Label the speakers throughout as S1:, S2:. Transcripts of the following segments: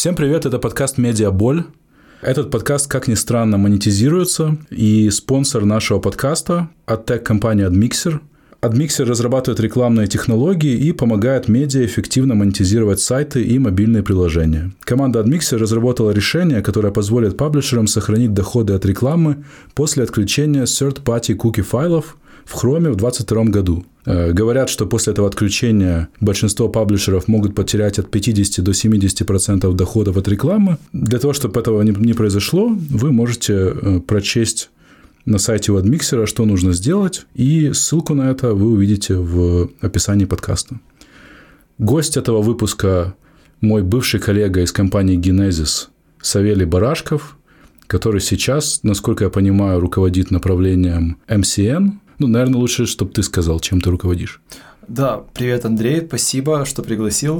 S1: Всем привет, это подкаст «Медиаболь». Этот подкаст, как ни странно, монетизируется, и спонсор нашего подкаста – адтек-компания Admixer. Admixer разрабатывает рекламные технологии и помогает медиа эффективно монетизировать сайты и мобильные приложения. Команда Admixer разработала решение, которое позволит паблишерам сохранить доходы от рекламы после отключения third-party cookie файлов в Chrome в 2022 году. Говорят, что после этого отключения большинство паблишеров могут потерять от 50 до 70% доходов от рекламы. Для того, чтобы этого не произошло, вы можете прочесть на сайте у Admixer, что нужно сделать, и ссылку на это вы увидите в описании подкаста. Гость этого выпуска – мой бывший коллега из компании Genesis Савелий Барашков, который сейчас, насколько я понимаю, руководит направлением MCN. Наверное, лучше, чтобы ты сказал, чем ты руководишь.
S2: Да, привет, Андрей, спасибо, что пригласил.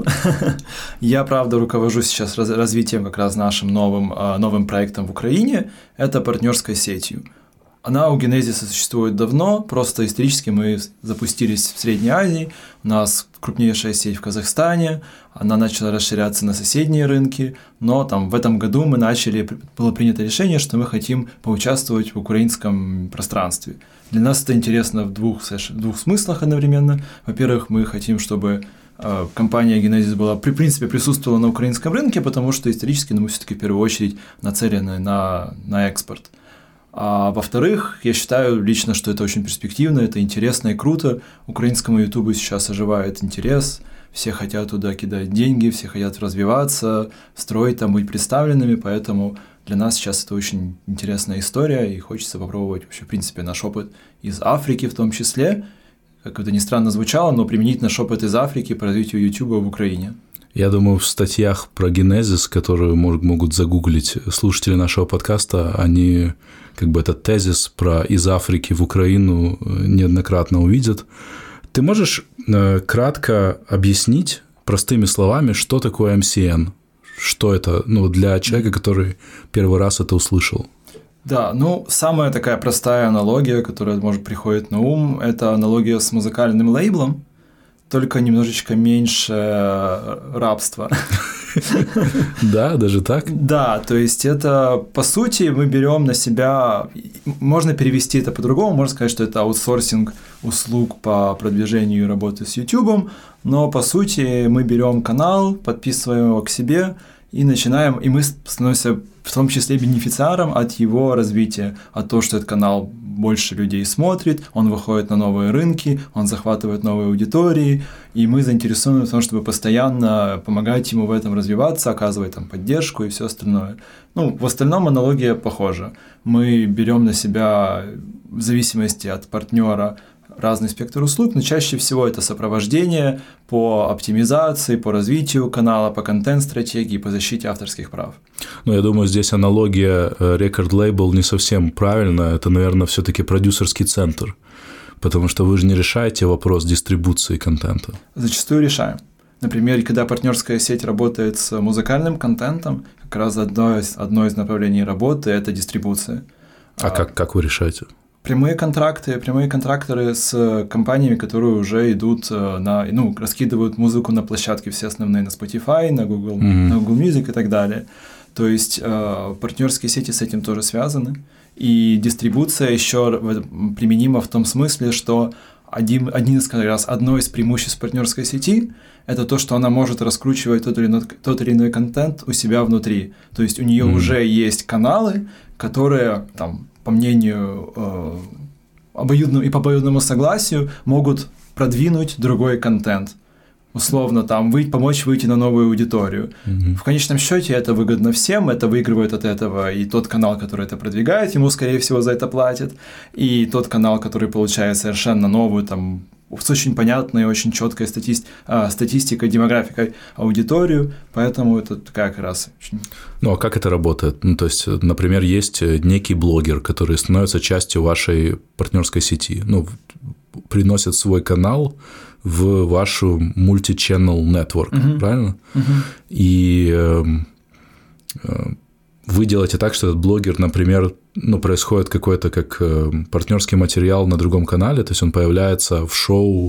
S2: Я, правда, руковожу сейчас развитием как раз нашим новым проектом в Украине. Это партнерской сетью. Она у Genesis существует давно, просто исторически мы запустились в Средней Азии, у нас крупнейшая сеть в Казахстане, она начала расширяться на соседние рынки, но в этом году было принято решение, что мы хотим поучаствовать в украинском пространстве. Для нас это интересно в двух смыслах одновременно. Во-первых, мы хотим, чтобы компания Genesis в принципе присутствовала на украинском рынке, потому что исторически мы все-таки в первую очередь нацелены на экспорт. А во-вторых, я считаю лично, что это очень перспективно, это интересно и круто. Украинскому Ютубу сейчас оживает интерес, все хотят туда кидать деньги, все хотят развиваться, строить там, быть представленными, поэтому для нас сейчас это очень интересная история, и хочется попробовать вообще, в принципе, наш опыт из Африки в том числе, как это ни странно звучало, но применить наш опыт из Африки по развитию Ютуба в Украине.
S1: Я думаю, в статьях про Genesis, которые могут загуглить слушатели нашего подкаста, они этот тезис про из Африки в Украину неоднократно увидят. Ты можешь кратко объяснить простыми словами, что такое MCN? Что это для человека, который первый раз это услышал?
S2: Да, самая такая простая аналогия, которая, может, приходит на ум, это аналогия с музыкальным лейблом, только немножечко меньше рабства.
S1: Да, даже так?
S2: Да, то есть это, по сути, мы берем на себя, можно перевести это по-другому, можно сказать, что это аутсорсинг услуг по продвижению и работе с YouTube, но, по сути, мы берем канал, подписываем его к себе и начинаем, и мы становимся в том числе бенефициаром от его развития, от того, что этот канал больше людей смотрит, он выходит на новые рынки, он захватывает новые аудитории, и мы заинтересованы в том, чтобы постоянно помогать ему в этом развиваться, оказывать там поддержку и все остальное. В остальном аналогия похожа. Мы берем на себя в зависимости от партнера разный спектр услуг, но чаще всего это сопровождение по оптимизации, по развитию канала, по контент-стратегии, по защите авторских прав.
S1: Я думаю, здесь аналогия рекорд-лейбл не совсем правильная. Это, наверное, все-таки продюсерский центр, потому что вы же не решаете вопрос дистрибуции контента.
S2: Зачастую решаем. Например, когда партнерская сеть работает с музыкальным контентом, как раз одно из направлений работы – это дистрибуция.
S1: А как вы решаете?
S2: Прямые контракторы с компаниями, которые уже идут раскидывают музыку на площадки все основные, на Spotify, на Google Music и так далее. То есть партнерские сети с этим тоже связаны. И дистрибуция еще применима в том смысле, что одно из преимуществ партнерской сети – это то, что она может раскручивать тот или иной контент у себя внутри. То есть у нее уже есть каналы, которые по мнению обоюдному и по обоюдному согласию могут продвинуть другой контент. Условно, помочь выйти на новую аудиторию. В конечном счете это выгодно всем, это выигрывает от этого и тот канал, который это продвигает, ему, скорее всего, за это платят, и тот канал, который получает совершенно новую, с очень понятной и очень четкой статистикой, демографикой аудиторию, поэтому это такая как раз очень...
S1: А как это работает? То есть, например, есть некий блогер, который становится частью вашей партнерской сети, приносит свой канал в вашу multi-channel network, правильно? И вы делаете так, что этот блогер, например, происходит какой-то как партнерский материал на другом канале, то есть он появляется в шоу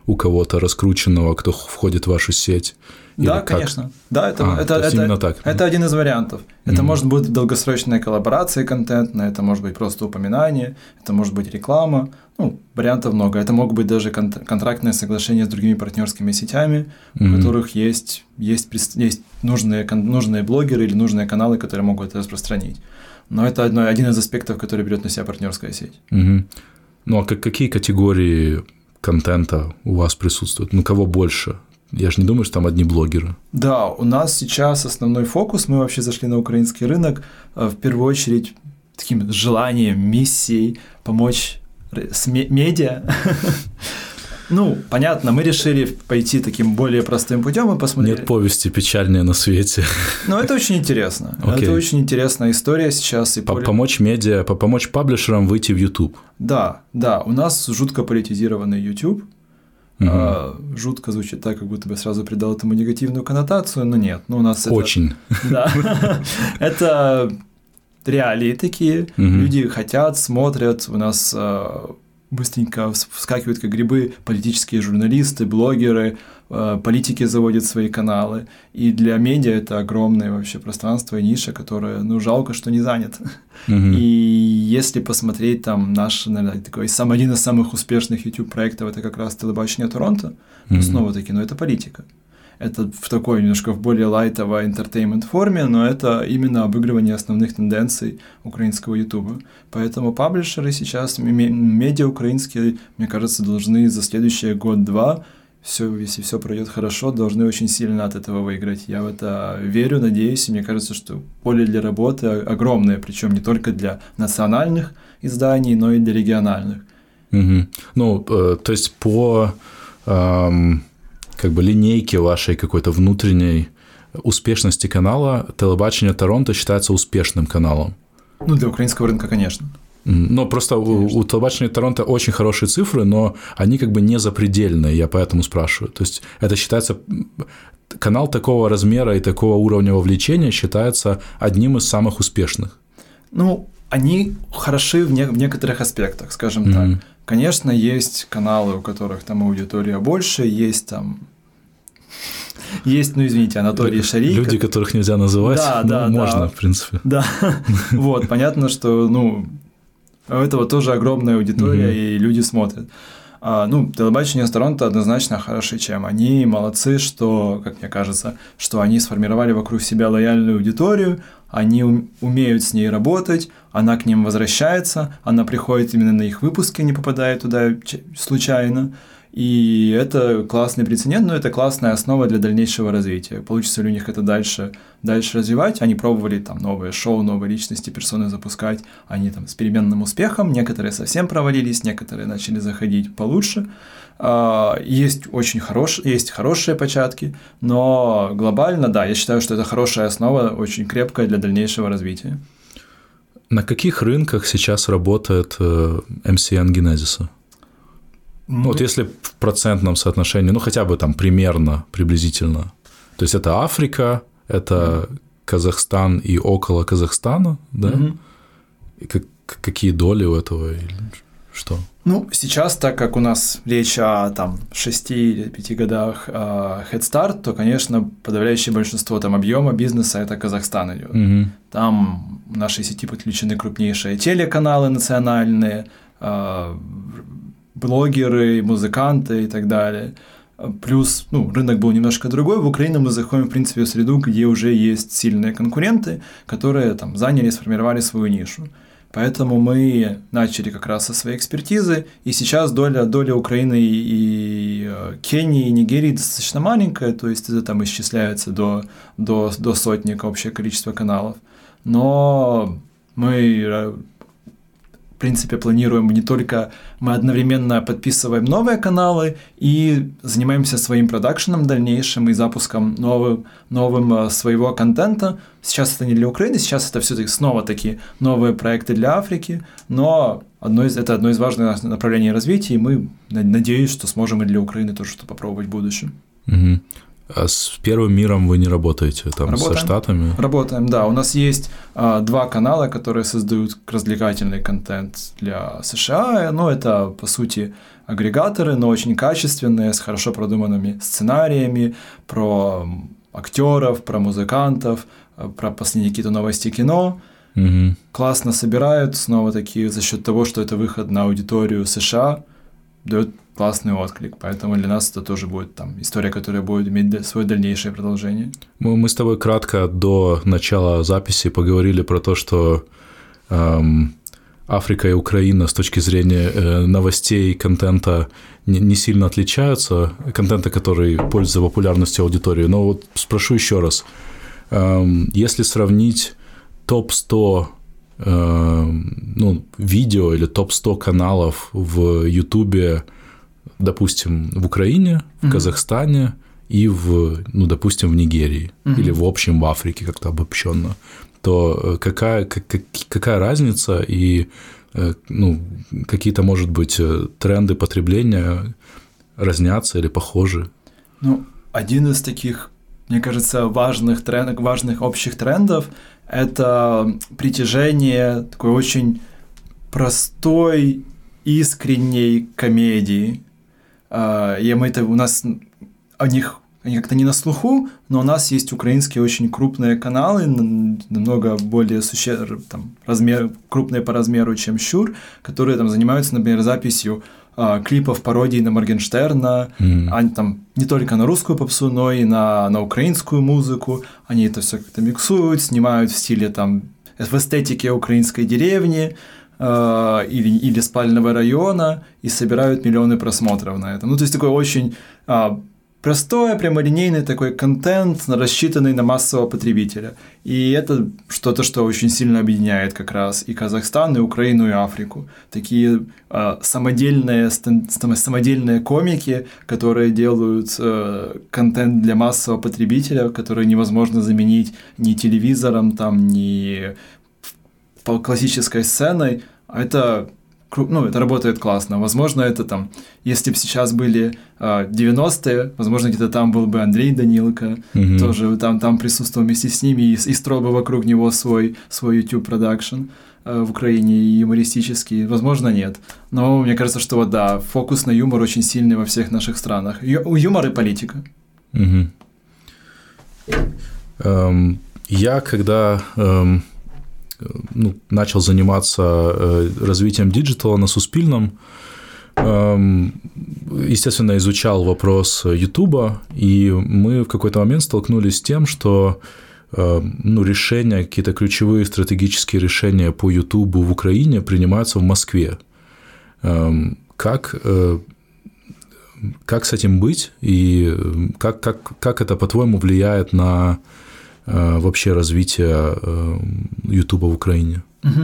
S1: у кого-то раскрученного, кто входит в вашу сеть?
S2: Да, конечно. Да,
S1: именно так.
S2: Это один из вариантов. Это может быть долгосрочная коллаборация контентная, это может быть просто упоминание, это может быть реклама. Вариантов много. Это могут быть даже контрактные соглашения с другими партнерскими сетями, у которых есть нужные блогеры или нужные каналы, которые могут это распространить. Но это один из аспектов, который берет на себя партнерская сеть.
S1: Ну а какие категории контента у вас присутствуют? Кого больше? Я же не думаю, что там одни блогеры.
S2: Да, у нас сейчас основной фокус, мы вообще зашли на украинский рынок, в первую очередь таким желанием, миссией помочь с медиа. Понятно, мы решили пойти таким более простым путем и посмотреть.
S1: Нет повести печальнее на свете.
S2: Это очень интересно. Это очень интересная история сейчас.
S1: Помочь медиа, помочь паблишерам выйти в YouTube.
S2: Да, у нас жутко политизированный YouTube. Жутко звучит так, как будто бы сразу придал этому негативную коннотацию, но нет. У нас
S1: очень.
S2: Да. Это реалии такие. Люди хотят, смотрят. У нас быстренько вскакивают как грибы политические журналисты, блогеры, политики заводят свои каналы. И для медиа это огромное вообще пространство и ниша, которое, жалко, что не занято. И если посмотреть там наш, наверное, такой один из самых успешных YouTube-проектов, это как раз «Телебачение Торонто», снова-таки, это политика. Это в такой немножко в более лайтовой entertainment форме, но это именно обыгрывание основных тенденций украинского Ютуба. Поэтому паблишеры сейчас, медиа украинские, мне кажется, должны за следующий год-два, если все пройдет хорошо, должны очень сильно от этого выиграть. Я в это верю, надеюсь, и мне кажется, что поле для работы огромное, причем не только для национальных изданий, но и для региональных.
S1: То есть по линейке вашей какой-то внутренней успешности канала «Телебачение Торонто» считается успешным каналом.
S2: Для украинского рынка, конечно.
S1: Но просто у «Телебачения Торонто» очень хорошие цифры, но они не запредельные, я поэтому спрашиваю. То есть это считается... Канал такого размера и такого уровня вовлечения считается одним из самых успешных.
S2: Они хороши в некоторых аспектах, скажем так. Конечно, есть каналы, у которых там аудитория больше, есть там... Есть, извините, Анатолий Шарий.
S1: Люди, которых нельзя называть, можно, в принципе.
S2: Да, понятно, что, у этого тоже огромная аудитория, и люди смотрят. Телебачение Торонто однозначно хороши, чем они молодцы, что, как мне кажется, что они сформировали вокруг себя лояльную аудиторию, они умеют с ней работать, она к ним возвращается, она приходит именно на их выпуски, не попадает туда случайно. И это классный прецедент, но это классная основа для дальнейшего развития. Получится ли у них это дальше развивать? Они пробовали там новые шоу, новые личности, персоны запускать. Они там с переменным успехом. Некоторые совсем провалились, некоторые начали заходить получше. Есть хорошие початки, но глобально, да, я считаю, что это хорошая основа, очень крепкая для дальнейшего развития.
S1: На каких рынках сейчас работает MCN Genesis? Если в процентном соотношении, хотя бы там примерно, приблизительно. То есть это Африка, это Казахстан и около Казахстана, да? И какие доли у этого или что?
S2: Сейчас, так как у нас речь о 6 или 5 годах Head Start, то, конечно, подавляющее большинство объема бизнеса это Казахстан идет. Там в нашей сети подключены крупнейшие телеканалы национальные, блогеры, музыканты и так далее. Плюс, рынок был немножко другой. В Украину мы заходим, в принципе, в среду, где уже есть сильные конкуренты, которые заняли, сформировали свою нишу. Поэтому мы начали как раз со своей экспертизы, и сейчас доля Украины и Кении, и Нигерии достаточно маленькая, то есть это исчисляется до сотни общее количество каналов. Но мы... В принципе, планируем не только... Мы одновременно подписываем новые каналы и занимаемся своим продакшеном дальнейшим и запуском новым своего контента. Сейчас это не для Украины, сейчас это все-таки снова-таки новые проекты для Африки, но это одно из важных направлений развития, и мы надеюсь, что сможем и для Украины тоже что-то попробовать в будущем.
S1: А с первым миром вы не работаете там со Штатами?
S2: Работаем, да. У нас есть 2 канала, которые создают развлекательный контент для США. Ну, это, по сути, агрегаторы, но очень качественные, с хорошо продуманными сценариями про актеров, про музыкантов, про последние какие-то новости кино.
S1: Угу.
S2: Классно собирают, снова таки за счет того, что это выход на аудиторию США, дает классный отклик. Поэтому для нас это тоже будет там история, которая будет иметь свое дальнейшее продолжение.
S1: Мы с тобой кратко до начала записи поговорили про то, что Африка и Украина с точки зрения новостей и контента не сильно отличаются, контента, который пользуется популярностью аудитории. Но вот спрошу еще раз. Если сравнить топ-100 видео или топ-100 каналов в Ютубе, допустим, в Украине, в Казахстане и допустим, в Нигерии или в общем в Африке как-то обобщенно, то какая разница и какие-то, может быть, тренды потребления разнятся или похожи?
S2: Один из таких, мне кажется, важных общих трендов – это притяжение такой очень простой, искренней комедии. У нас они как-то не на слуху, но у нас есть украинские очень крупные каналы, намного более крупные по размеру, чем Щур, которые там занимаются, например, записью клипов пародий на Моргенштерна, они там не только на русскую попсу, но и на украинскую музыку, они это все как-то миксуют, снимают в стиле там, в эстетике украинской деревни или спального района и собирают миллионы просмотров на это. То есть такой очень простой, прямолинейный такой контент, рассчитанный на массового потребителя. И это что-то, что очень сильно объединяет как раз и Казахстан, и Украину, и Африку. Такие самодельные комики, которые делают контент для массового потребителя, который невозможно заменить ни телевизором, ни классической сценой. Это работает классно. Возможно, это если бы сейчас были 90-е, возможно, где-то там был бы Андрей Данилко, тоже там присутствовал вместе с ними и строил бы вокруг него свой YouTube-продакшн в Украине и юмористический. Возможно, нет. Но мне кажется, что фокус на юмор очень сильный во всех наших странах. Юмор и политика.
S1: Я когда начал заниматься развитием диджитала на Суспільном, естественно, изучал вопрос Ютуба, и мы в какой-то момент столкнулись с тем, что решения, какие-то ключевые стратегические решения по Ютубу в Украине принимаются в Москве. Как с этим быть, и как это, по-твоему, влияет на вообще развитие Ютуба в Украине?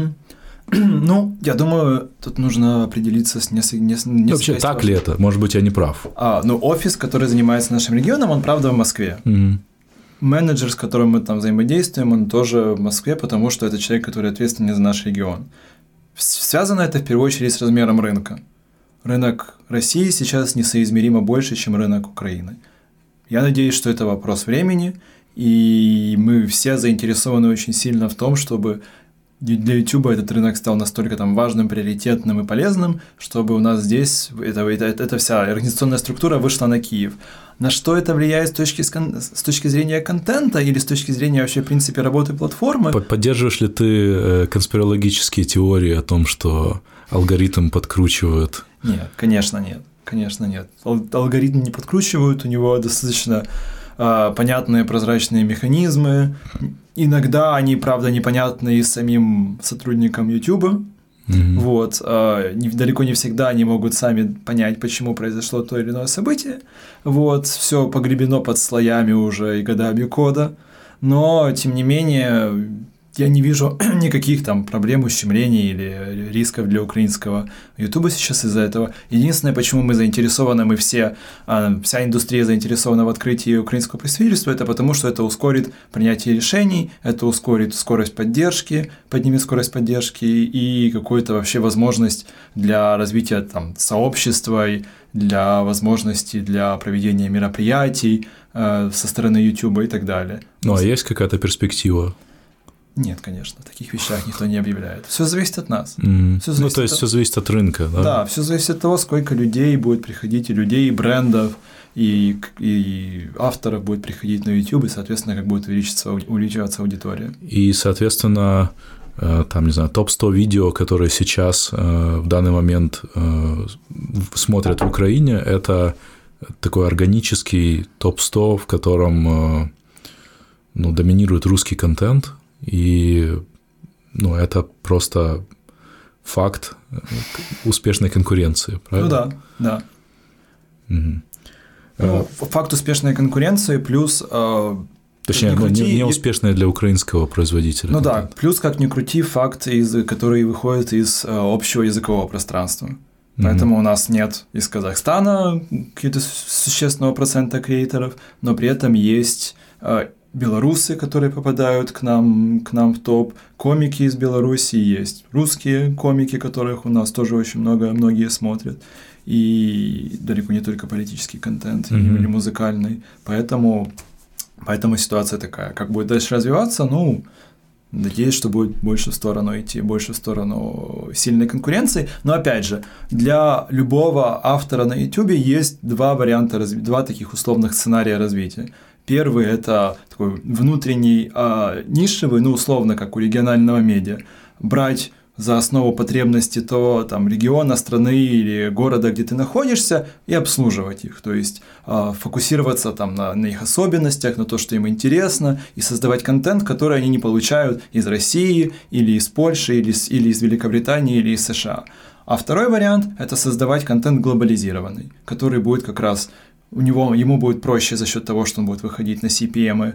S2: Я думаю, тут нужно определиться с несколькими...
S1: Вообще, так ли это? Может быть, я не прав.
S2: Офис, который занимается нашим регионом, он, правда, в Москве. Менеджер, с которым мы там взаимодействуем, он тоже в Москве, потому что это человек, который ответственен за наш регион. Связано это, в первую очередь, с размером рынка. Рынок России сейчас несоизмеримо больше, чем рынок Украины. Я надеюсь, что это вопрос времени, и мы все заинтересованы очень сильно в том, чтобы для YouTube этот рынок стал настолько важным, приоритетным и полезным, чтобы у нас здесь эта вся организационная структура вышла на Киев. На что это влияет с точки зрения контента или с точки зрения вообще, в принципе, работы платформы?
S1: Поддерживаешь ли ты конспирологические теории о том, что алгоритм подкручивают?
S2: Нет, конечно нет. Конечно нет. Алгоритм не подкручивают, у него достаточно понятные прозрачные механизмы. Иногда они, правда, непонятны и самим сотрудникам YouTube. Далеко не всегда они могут сами понять, почему произошло то или иное событие. Все погребено под слоями уже и годами кода. Но, тем не менее, я не вижу никаких там проблем, ущемлений или рисков для украинского Ютуба сейчас из-за этого. Единственное, почему мы заинтересованы, мы все, вся индустрия заинтересована в открытии украинского представительства, это потому, что это ускорит принятие решений, это ускорит скорость поддержки, поднимет скорость поддержки и какую-то вообще возможность для развития там сообщества, для возможностей для проведения мероприятий со стороны Ютуба и так далее.
S1: Ну, а есть какая-то перспектива?
S2: Нет, конечно, в таких вещах никто не объявляет. Все зависит от нас.
S1: То есть все зависит от рынка, да?
S2: Да, все зависит от того, сколько людей будет приходить, и людей, и брендов, и авторов будет приходить на YouTube, и, соответственно, как будет увеличиваться аудитория.
S1: И, соответственно, там, не знаю, топ-100 видео, которые сейчас в данный момент смотрят в Украине, это такой органический топ-100, в котором доминирует русский контент, и это просто факт успешной конкуренции, правильно?
S2: Ну да. Угу. Факт успешной конкуренции плюс...
S1: Точнее, не успешная для украинского производителя.
S2: Ну да, плюс, как ни крути, факт, который выходит из общего языкового пространства. Поэтому у нас нет из Казахстана какого-то существенного процента креаторов, но при этом есть белорусы, которые попадают к нам в топ, комики из Беларуси, есть русские комики, которых у нас тоже очень многие смотрят, и далеко не только политический контент или музыкальный. Поэтому ситуация такая. Как будет дальше развиваться, надеюсь, что будет больше в сторону идти, больше в сторону сильной конкуренции. Но опять же, для любого автора на YouTube есть два варианта, два таких условных сценария развития. Первый – это такой внутренний, нишевый, условно, как у регионального медиа, брать за основу потребности того региона, страны или города, где ты находишься, и обслуживать их. То есть фокусироваться на их особенностях, на то, что им интересно, и создавать контент, который они не получают из России, или из Польши, или из Великобритании, или из США. А второй вариант – это создавать контент глобализированный, который будет как раз… Ему будет проще за счет того, что он будет выходить на CPM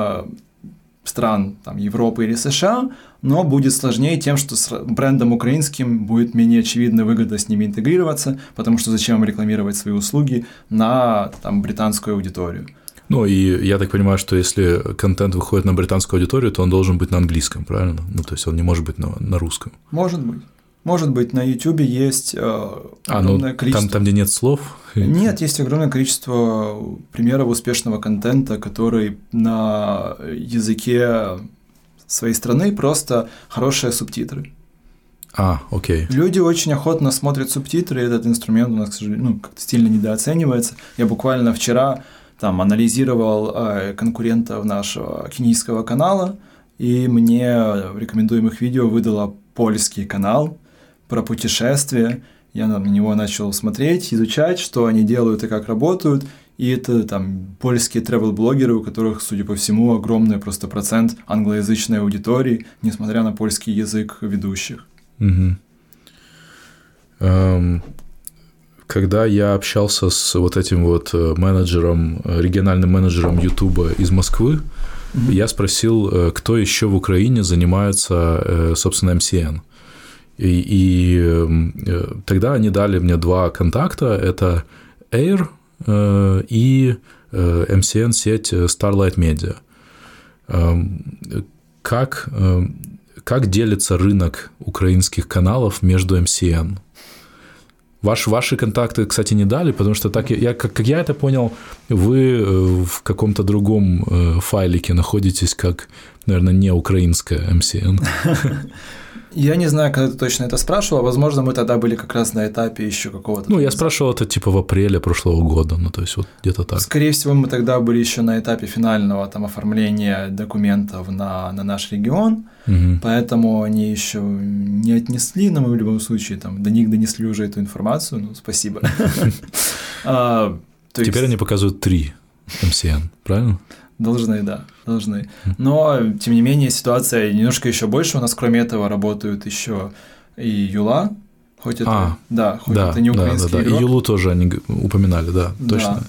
S2: стран Европы или США, но будет сложнее тем, что с брендом украинским будет менее очевидно выгода с ними интегрироваться, потому что зачем им рекламировать свои услуги на британскую аудиторию.
S1: И я так понимаю, что если контент выходит на британскую аудиторию, то он должен быть на английском, правильно? То есть он не может быть на русском.
S2: Может быть. Может быть, на YouTube есть огромное количество…
S1: Там, где нет слов?
S2: Нет, есть огромное количество примеров успешного контента, который на языке своей страны просто хорошие субтитры.
S1: Окей.
S2: Люди очень охотно смотрят субтитры, и этот инструмент у нас, к сожалению, как-то сильно недооценивается. Я буквально вчера анализировал конкурентов нашего кенийского канала, и мне в рекомендуемых видео выдало польский канал про путешествия. Я на него начал смотреть, изучать, что они делают и как работают. И это польские travel-блогеры, у которых, судя по всему, огромный просто процент англоязычной аудитории, несмотря на польский язык ведущих.
S1: Угу. Когда я общался с этим менеджером, региональным менеджером Ютуба из Москвы, я спросил, кто еще в Украине занимается, собственно, MCN. И тогда они дали мне два контакта. Это Air и MCN-сеть Starlight Media. Как делится рынок украинских каналов между MCN? Ваши контакты, кстати, не дали, потому что как я это понял, вы в каком-то другом файлике находитесь, как, наверное, не украинская MCN.
S2: Я не знаю, когда ты точно это спрашивал, возможно, мы тогда были как раз на этапе еще какого-то…
S1: я спрашивал это в апреле прошлого года, то есть где-то так.
S2: Скорее всего, мы тогда были еще на этапе финального оформления документов на наш регион, поэтому они еще не отнесли, но мы в любом случае до них донесли уже эту информацию, спасибо.
S1: Теперь они показывают 3 MCN, правильно?
S2: Должны, да, должны. Но, тем не менее, ситуация немножко еще больше. У нас, кроме этого, работают еще и Юла, хоть это, это не украинский игрок.
S1: И Юлу тоже они упоминали, да, точно.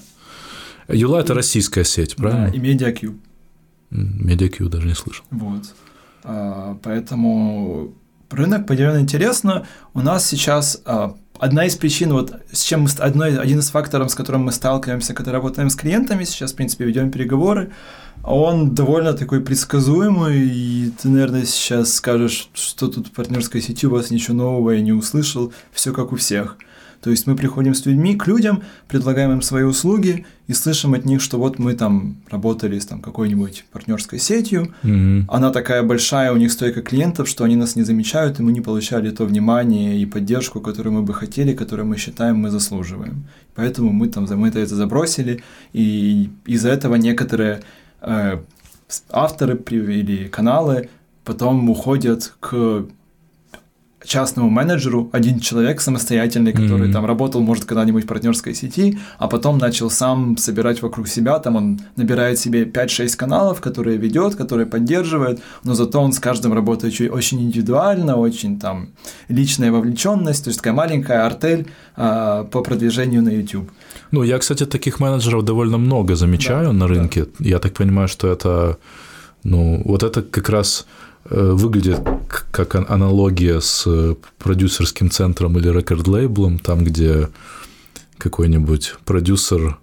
S1: Юла – это российская сеть, правильно?
S2: Да, и MediaQ.
S1: MediaQ даже не слышал.
S2: Вот. Поэтому рынок поделен интересно. У нас сейчас одна из причин, вот с чем один из факторов, с которым мы сталкиваемся, когда работаем с клиентами, сейчас, в принципе, ведем переговоры, он довольно такой предсказуемый, и ты, наверное, сейчас скажешь, что тут в партнерской сети у вас ничего нового я не услышал, все как у всех. То есть мы приходим с людьми, к людям, предлагаем им свои услуги и слышим от них, что вот мы там работали с какой-нибудь партнерской сетью, она такая большая, у них стойка клиентов, что они нас не замечают, и мы не получали то внимание и поддержку, которую мы бы хотели, которую мы считаем, мы заслуживаем. Поэтому мы это забросили, и из-за этого некоторые авторы или каналы потом уходят к частному менеджеру, один человек самостоятельный, который там работал, может, когда-нибудь в партнерской сети, а потом начал сам собирать вокруг себя, там он набирает себе 5-6 каналов, которые ведет, которые поддерживает, но зато он с каждым работает очень индивидуально, очень там личная вовлеченность, то есть такая маленькая артель по продвижению на YouTube.
S1: Ну, я, кстати, таких менеджеров довольно много замечаю на рынке. Да. Я так понимаю, что это, вот это как раз выглядит как аналогия с продюсерским центром или рекорд-лейблом, там, где какой-нибудь продюсер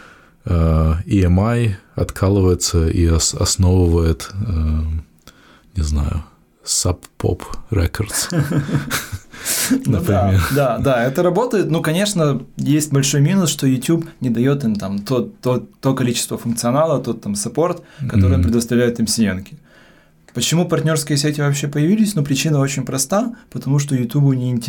S1: EMI откалывается и основывает, не знаю, Sub Pop Records.
S2: Например. Да, это работает. Ну, конечно, есть большой минус, что YouTube не дает им там то количество функционала, тот там саппорт, который предоставляет им MCN-ки. Почему партнерские сети вообще появились? Причина очень проста, потому что YouTube у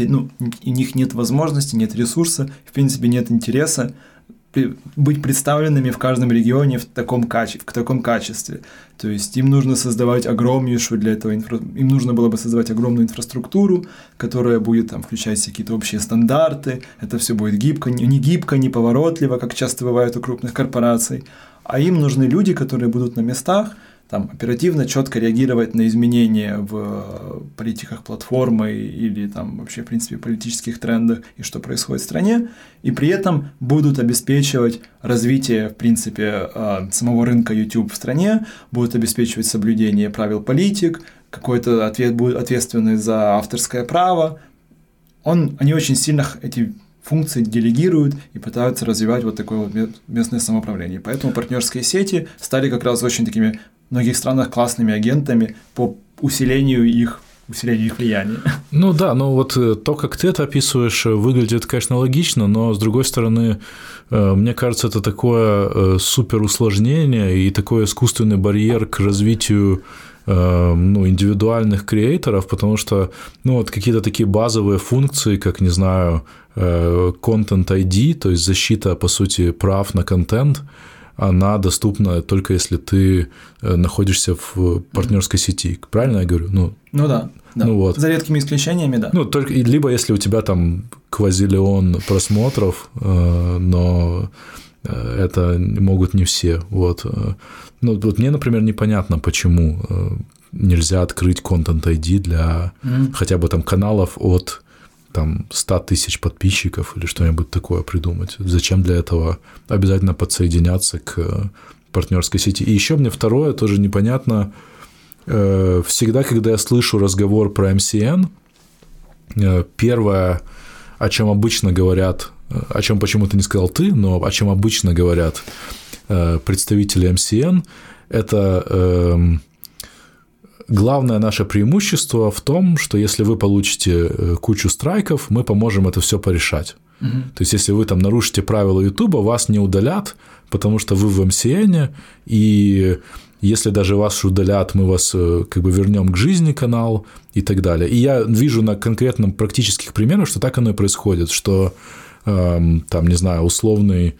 S2: них нет возможности, нет ресурса, в принципе, нет интереса быть представленными в каждом регионе в таком качестве. То есть им нужно создавать огромнейшую для этого им нужно было бы создавать огромную инфраструктуру, которая будет там включать какие-то общие стандарты, это все будет не гибко, не поворотливо, как часто бывает у крупных корпораций, а им нужны люди, которые будут на местах, там, оперативно, четко реагировать на изменения в политиках платформы или там, вообще, в принципе, политических трендах и что происходит в стране, и при этом будут обеспечивать развитие, в принципе, самого рынка YouTube в стране, будут обеспечивать соблюдение правил политик, какой-то будет ответственный за авторское право. Они очень сильно эти функции делегируют и пытаются развивать вот такое вот местное самоуправление. Поэтому партнерские сети стали как раз очень такими в многих странах классными агентами по усилению их влияния.
S1: Ну да, вот то, как ты это описываешь, выглядит, конечно, логично, но, с другой стороны, мне кажется, это такое супер усложнение и такой искусственный барьер к развитию индивидуальных креаторов, потому что, вот какие-то такие базовые функции, как, не знаю, Content ID, то есть защита, по сути, прав на контент, она доступна только если ты находишься в партнерской сети. Правильно я говорю?
S2: Да. Вот. За редкими исключениями, да.
S1: Только либо если у тебя там квазилион просмотров, но это могут не все. Вот мне, например, непонятно, почему нельзя открыть Content ID для хотя бы там каналов от там 100 тысяч подписчиков или что-нибудь такое придумать. Зачем для этого обязательно подсоединяться к партнерской сети? И еще мне второе тоже непонятно. Всегда, когда я слышу разговор про MCN, первое, о чем обычно говорят, о чем почему-то не сказал ты, но о чем обычно говорят представители MCN, это главное наше преимущество в том, что если вы получите кучу страйков, мы поможем это все порешать. То есть, если вы там нарушите правила YouTube, вас не удалят, потому что вы в MCN, и если даже вас удалят, мы вас как бы вернем к жизни канал и так далее. И я вижу на конкретном практических примерах, что так оно и происходит, что там, не знаю, условный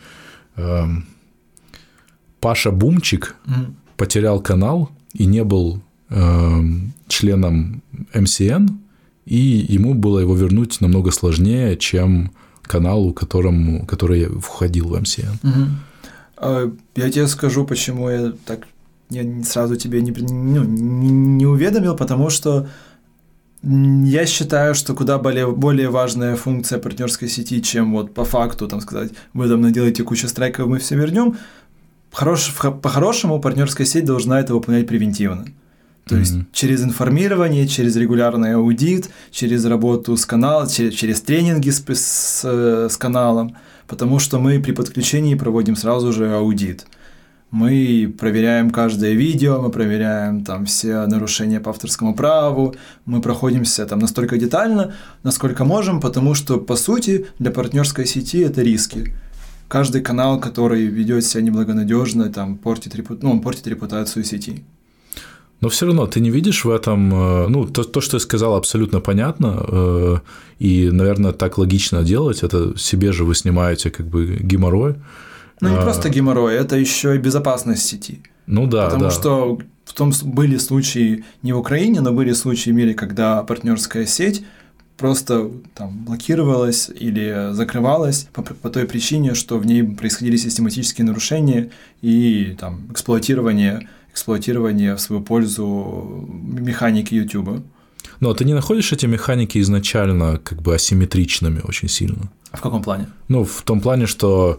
S1: Паша Бумчик потерял канал и не был членом MCN, и ему было его вернуть намного сложнее, чем каналу, который входил в MCN.
S2: Я тебе скажу, почему я сразу тебе не уведомил, потому что я считаю, что куда более важная функция партнерской сети, чем вот по факту там сказать, вы там наделаете кучу страйков, мы все вернем. По-хорошему партнерская сеть должна это выполнять превентивно. То есть через информирование, через регулярный аудит, через работу с каналом, через тренинги с каналом, потому что мы при подключении проводим сразу же аудит. Мы проверяем каждое видео, мы проверяем там все нарушения по авторскому праву, мы проходимся там настолько детально, насколько можем, потому что, по сути, для партнерской сети это риски. Каждый канал, который ведет себя неблагонадежно, там, портит репутацию сети.
S1: Но все равно ты не видишь в этом, ну, то, что я сказал, абсолютно понятно, и, наверное, так логично делать, это себе же вы снимаете как бы геморрой.
S2: Ну, не просто геморрой, это еще и безопасность сети.
S1: Ну да,
S2: потому что были случаи не в Украине, но были случаи в мире, когда партнерская сеть просто там блокировалась или закрывалась по той причине, что в ней происходили систематические нарушения и там эксплуатирование в свою пользу механики YouTube.
S1: Но ты не находишь эти механики изначально как бы асимметричными очень сильно?
S2: В каком плане?
S1: Ну, в том плане, что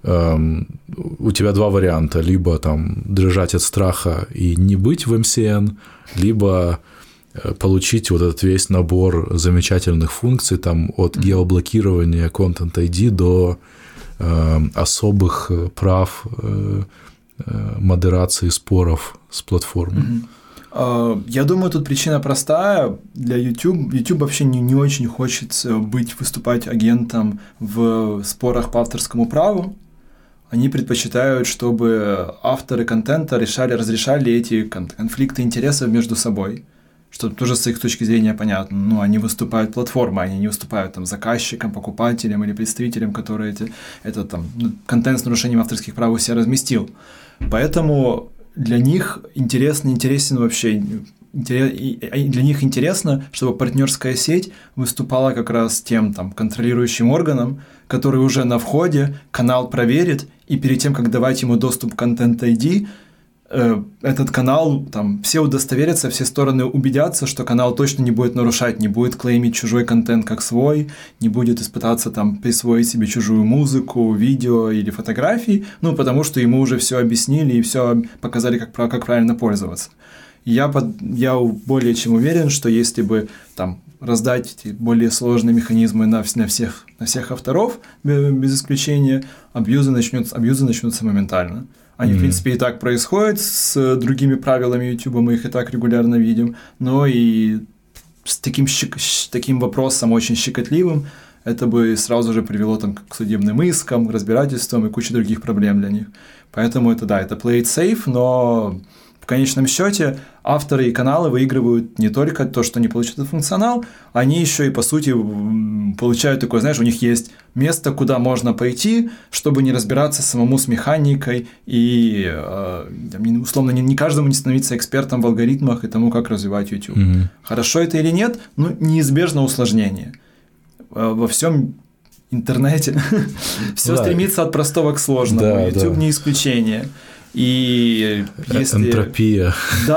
S1: у тебя два варианта: либо там дрожать от страха и не быть в МСН, либо получить вот этот весь набор замечательных функций там от геоблокирования Content ID до особых прав модерации споров с платформой.
S2: Я думаю, тут причина простая. Для YouTube. YouTube вообще не очень хочет выступать агентом в спорах по авторскому праву. Они предпочитают, чтобы авторы контента разрешали эти конфликты интересов между собой, что тоже с их точки зрения понятно. Ну, они выступают платформой, они не выступают там заказчиком, покупателем или представителем, который контент с нарушением авторских прав у себя разместил. Поэтому для них интересен вообще. Для них интересно, чтобы партнерская сеть выступала как раз тем там контролирующим органом, который уже на входе канал проверит, и перед тем, как давать ему доступ к Content ID, этот канал, там, все удостоверятся, все стороны убедятся, что канал точно не будет нарушать, не будет клеймить чужой контент как свой, не будет испытаться там присвоить себе чужую музыку, видео или фотографии, ну, потому что ему уже все объяснили и все показали, как правильно пользоваться. Я более чем уверен, что если бы там раздать эти более сложные механизмы на всех авторов, без исключения, абьюзы начнутся моментально. Они, в принципе, и так происходят с другими правилами YouTube, мы их и так регулярно видим, но и с таким вопросом очень щекотливым это бы сразу же привело там, к судебным искам, к разбирательствам и куче других проблем для них. Поэтому это play it safe, но в конечном счете авторы и каналы выигрывают не только то, что они получают этот функционал, они еще и, по сути, получают такое, знаешь, у них есть место, куда можно пойти, чтобы не разбираться самому с механикой и, условно, не каждому не становиться экспертом в алгоритмах и тому, как развивать YouTube. Хорошо это или нет, ну, неизбежно усложнение. Во всем интернете все стремится от простого к сложному. YouTube не исключение. И если...
S1: Энтропия.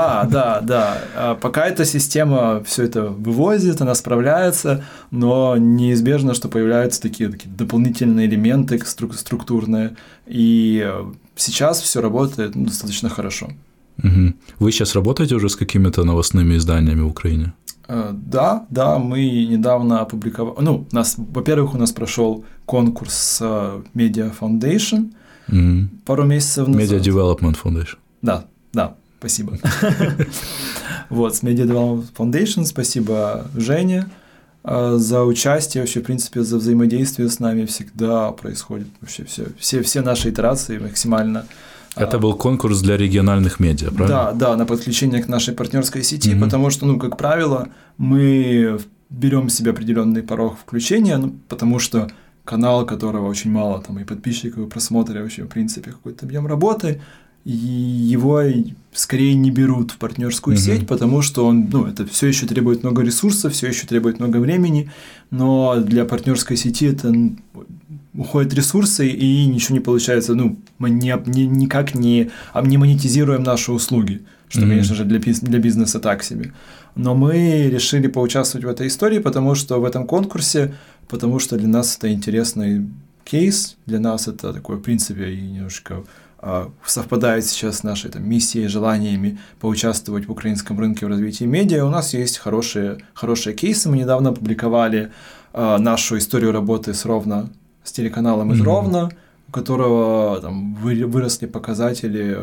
S2: Да. Пока эта система все это вывозит, она справляется, но неизбежно, что появляются такие дополнительные элементы структурные. И сейчас все работает достаточно хорошо.
S1: Угу. Вы сейчас работаете уже с какими-то новостными изданиями в Украине?
S2: Да, мы недавно опубликовали... Ну, во-первых, у нас прошел конкурс Media Foundation, пару месяцев назад.
S1: Media Development Foundation.
S2: Да, спасибо. Вот, с Media Development Foundation, спасибо Жене за участие, вообще, в принципе, за взаимодействие с нами всегда происходит. Вообще все наши итерации максимально...
S1: Это был конкурс для региональных медиа, правильно?
S2: Да, на подключение к нашей партнерской сети, потому что, как правило, мы берем себе определенный порог включения, потому что канал, которого очень мало, там, и подписчиков, и просмотров, вообще, в принципе, какой-то объем работы, и его скорее не берут в партнерскую сеть, потому что это все еще требует много ресурсов, все еще требует много времени, но для партнерской сети это уходят ресурсы, и ничего не получается, мы никак не монетизируем наши услуги, что, конечно же, для бизнеса так себе. Но мы решили поучаствовать в этой истории, потому что в этом конкурсе, потому что для нас это интересный кейс, для нас это такой, в принципе, и немножко совпадает сейчас с нашей там, миссией, желаниями поучаствовать в украинском рынке в развитии медиа. У нас есть хорошие кейсы. Мы недавно опубликовали нашу историю работы с телеканалом из Ровно, у которого там, выросли показатели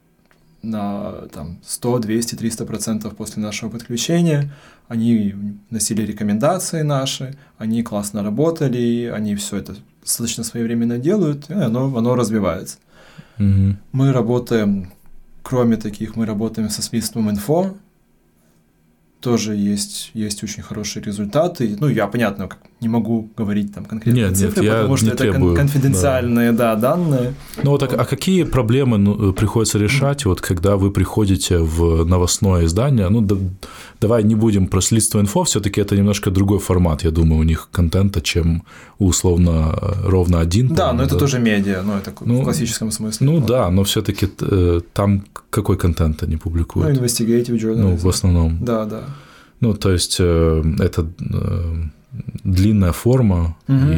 S2: на там, 100, 200, 300% после нашего подключения. Они носили рекомендации наши, они классно работали, они все это достаточно своевременно делают, и оно развивается. Мы работаем, кроме таких, мы работаем со Следствием Инфо, тоже есть очень хорошие результаты. Ну, я, понятно, не могу говорить там конкретные цифры, потому что это конфиденциальные данные.
S1: Ну, вот, а какие проблемы приходится решать, вот, когда вы приходите в новостное издание? Ну, давай не будем про Следствие Инфо, все-таки это немножко другой формат, я думаю, у них контента, чем условно Ровно один.
S2: Да, но это тоже медиа, это в классическом смысле.
S1: Ну, да, но все-таки там какой контент они публикуют?
S2: Ну, investigative journalism.
S1: Ну, в основном.
S2: Да.
S1: Ну, то есть, это длинная форма,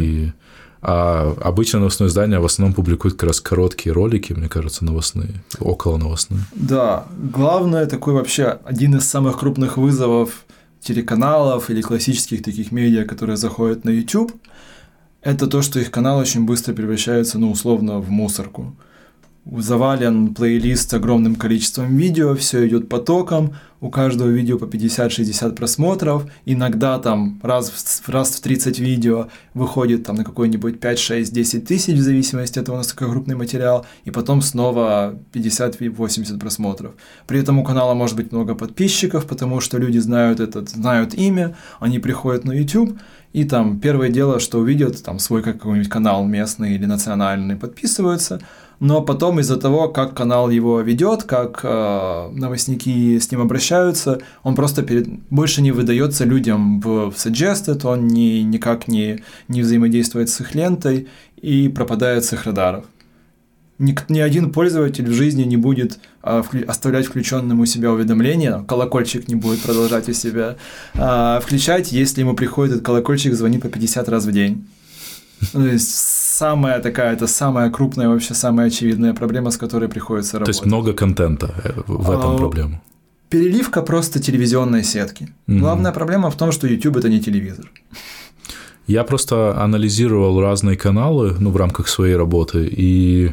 S1: а обычно новостное издание в основном публикует как раз короткие ролики, мне кажется, новостные, около новостные.
S2: Да, главное, такой вообще один из самых крупных вызовов телеканалов или классических таких медиа, которые заходят на YouTube, это то, что их канал очень быстро превращается, условно, в мусорку. Завален плейлист с огромным количеством видео, все идет потоком, у каждого видео по 50-60 просмотров, иногда там раз в 30 видео выходит там на какой-нибудь 5, 6, 10 тысяч, в зависимости от того, насколько крупный материал, и потом снова 50-80 просмотров. При этом у канала может быть много подписчиков, потому что люди знают имя, они приходят на YouTube, и там первое дело, что увидят, там свой какой-нибудь канал местный или национальный, подписываются, но потом из-за того, как канал его ведет, как новостники с ним обращаются, он просто больше не выдается людям в suggested, он никак не взаимодействует с их лентой и пропадает с их радаров. Ни один пользователь в жизни не будет оставлять включенным у себя уведомления, колокольчик не будет продолжать у себя включать, если ему приходит этот колокольчик, звонит по 50 раз в день. То есть это самая крупная, вообще самая очевидная проблема, с которой приходится работать.
S1: То есть много контента в этом проблема?
S2: Переливка просто телевизионной сетки. Главная проблема в том, что YouTube – это не телевизор.
S1: Я просто анализировал разные каналы, в рамках своей работы, и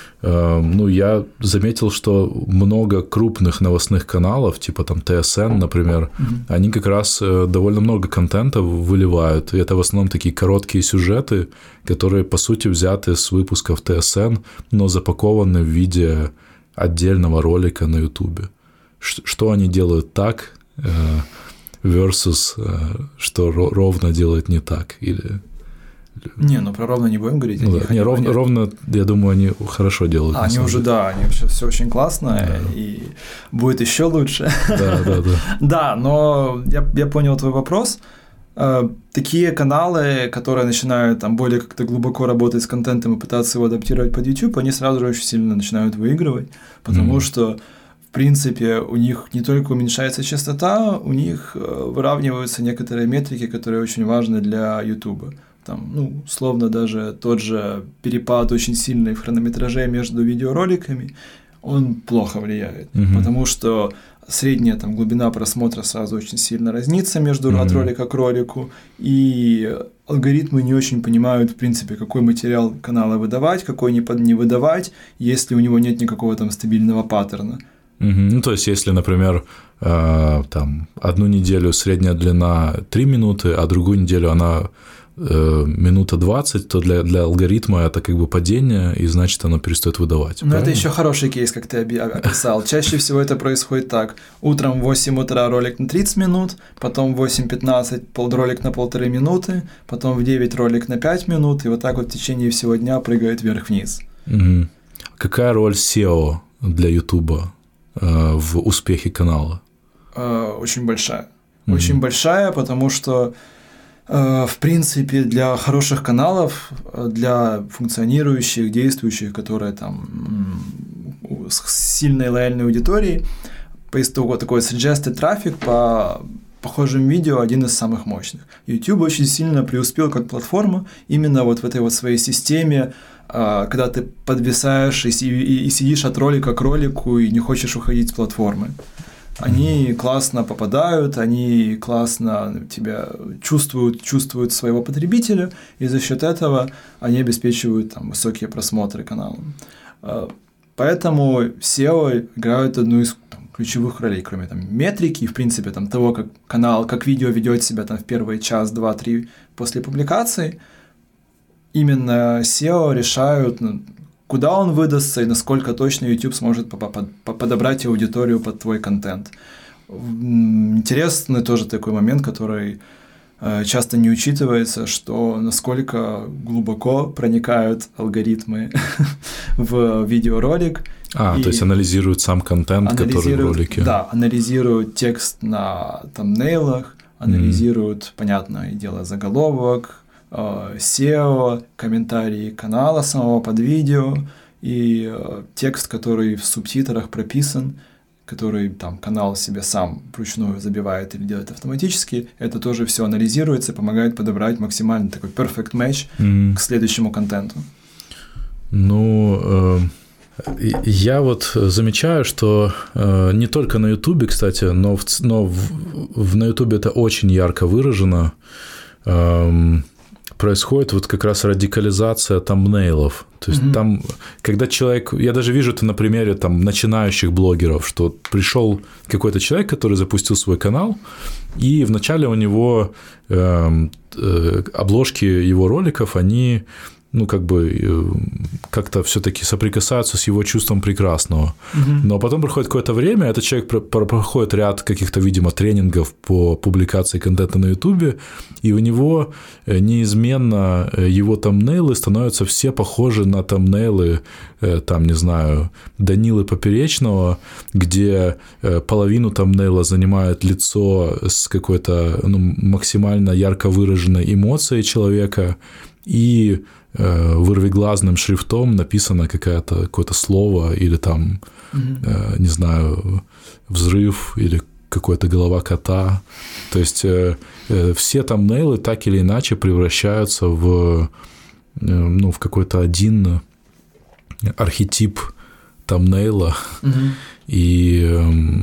S1: я заметил, что много крупных новостных каналов, типа там ТСН, например, они как раз довольно много контента выливают, и это в основном такие короткие сюжеты, которые, по сути, взяты с выпусков ТСН, но запакованы в виде отдельного ролика на YouTube. Что они делают так versus что Ровно делает не так, или...
S2: про Ровно не будем говорить.
S1: Ровно, я думаю, они хорошо делают.
S2: Они уже, они вообще все очень классно, и будет еще лучше.
S1: Да.
S2: Да, но я понял твой вопрос. Такие каналы, которые начинают там более как-то глубоко работать с контентом и пытаться его адаптировать под YouTube, они сразу же очень сильно начинают выигрывать, потому что в принципе, у них не только уменьшается частота, у них выравниваются некоторые метрики, которые очень важны для YouTube. Там, условно, даже тот же перепад очень сильный в хронометраже между видеороликами, он плохо влияет, потому что средняя там, глубина просмотра сразу очень сильно разнится от ролика к ролику, и алгоритмы не очень понимают, в принципе, какой материал канала выдавать, какой не выдавать, если у него нет никакого там стабильного паттерна.
S1: То есть, если, например, там, одну неделю средняя длина 3 минуты, а другую неделю она минута 20, то для алгоритма это как бы падение, и значит, оно перестает выдавать.
S2: Но это еще хороший кейс, как ты описал. Чаще всего это происходит так. Утром в 8 утра ролик на 30 минут, потом в 8:15 ролик на 1,5 минуты, потом в 9 ролик на 5 минут, и вот так вот в течение всего дня прыгает вверх-вниз.
S1: Какая роль SEO для YouTube в успехе канала?
S2: Очень большая. Очень большая, потому что в принципе, для хороших каналов, для функционирующих, действующих, которые там с сильной лояльной аудиторией, такой suggested трафик по похожим видео один из самых мощных. YouTube очень сильно преуспел как платформа именно вот в этой вот своей системе когда ты подвисаешь и сидишь от ролика к ролику и не хочешь уходить с платформы. Они классно попадают, они классно тебя чувствуют своего потребителя, и за счет этого они обеспечивают там высокие просмотры канала. Поэтому SEO играют одну из ключевых ролей, кроме там метрики, в принципе, там, того, как канал, как видео ведет себя там, в первый час, 2, 3 после публикации. Именно SEO решают, куда он выдастся и насколько точно YouTube сможет подобрать аудиторию под твой контент. Интересный тоже такой момент, который часто не учитывается, что насколько глубоко проникают алгоритмы в видеоролик.
S1: То есть анализируют сам контент, который в ролике.
S2: Да, анализируют текст на тамбнейлах, анализируют, понятное дело, заголовок, SEO, комментарии канала самого под видео и текст, который в субтитрах прописан, который там канал себе сам вручную забивает или делает автоматически, это тоже все анализируется и помогает подобрать максимально такой perfect match к следующему контенту.
S1: Я вот замечаю, что не только на YouTube, кстати, но на YouTube это очень ярко выражено, происходит вот как раз радикализация тамбнейлов. То есть там, когда человек... Я даже вижу это на примере там, начинающих блогеров, что пришел какой-то человек, который запустил свой канал, и вначале у него обложки его роликов, они... как-то все-таки соприкасаются с его чувством прекрасного. Но потом проходит какое-то время, этот человек проходит ряд каких-то, видимо, тренингов по публикации контента на YouTube, и у него неизменно его тамбнейлы становятся все похожи на тамбнейлы, там, не знаю, Данилы Поперечного, где половину тамбнейла занимает лицо с какой-то максимально ярко выраженной эмоцией человека, и вырвиглазным шрифтом написано какое-то слово или там, не знаю, взрыв или какая-то голова кота. То есть все тамбнейлы так или иначе превращаются в какой-то один архетип тамбнейла. И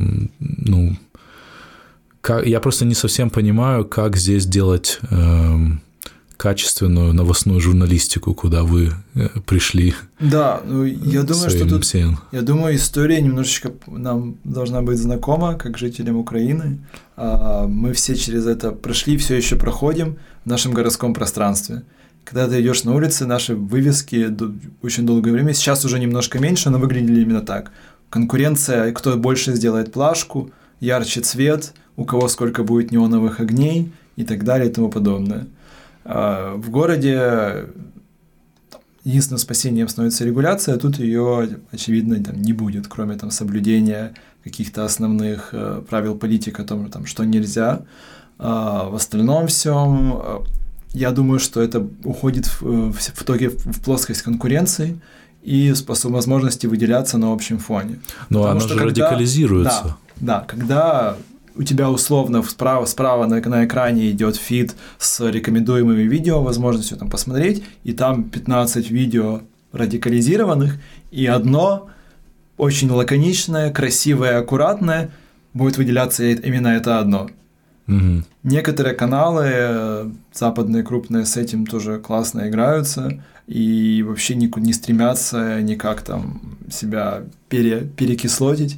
S1: я просто не совсем понимаю, как здесь делать качественную новостную журналистику, куда вы пришли.
S2: Да, я думаю, что тут... Я думаю, история немножечко нам должна быть знакома, как жителям Украины. Мы все через это прошли, все еще проходим в нашем городском пространстве. Когда ты идешь на улице, наши вывески очень долгое время, сейчас уже немножко меньше, но выглядели именно так. Конкуренция, кто больше сделает плашку, ярче цвет, у кого сколько будет неоновых огней и так далее и тому подобное. В городе единственным спасением становится регуляция, а тут ее, очевидно, не будет, кроме соблюдения каких-то основных правил политики о том, что нельзя. В остальном всем, я думаю, что это уходит в итоге в плоскость конкуренции и возможности выделяться на общем фоне.
S1: Но она же радикализируется.
S2: Да, когда у тебя условно справа на экране идет фид с рекомендуемыми видео, возможностью посмотреть, и там 15 видео радикализированных, и одно очень лаконичное, красивое, аккуратное будет выделяться именно это одно. Некоторые каналы западные, крупные, с этим тоже классно играются и вообще не стремятся никак себя перекислотить.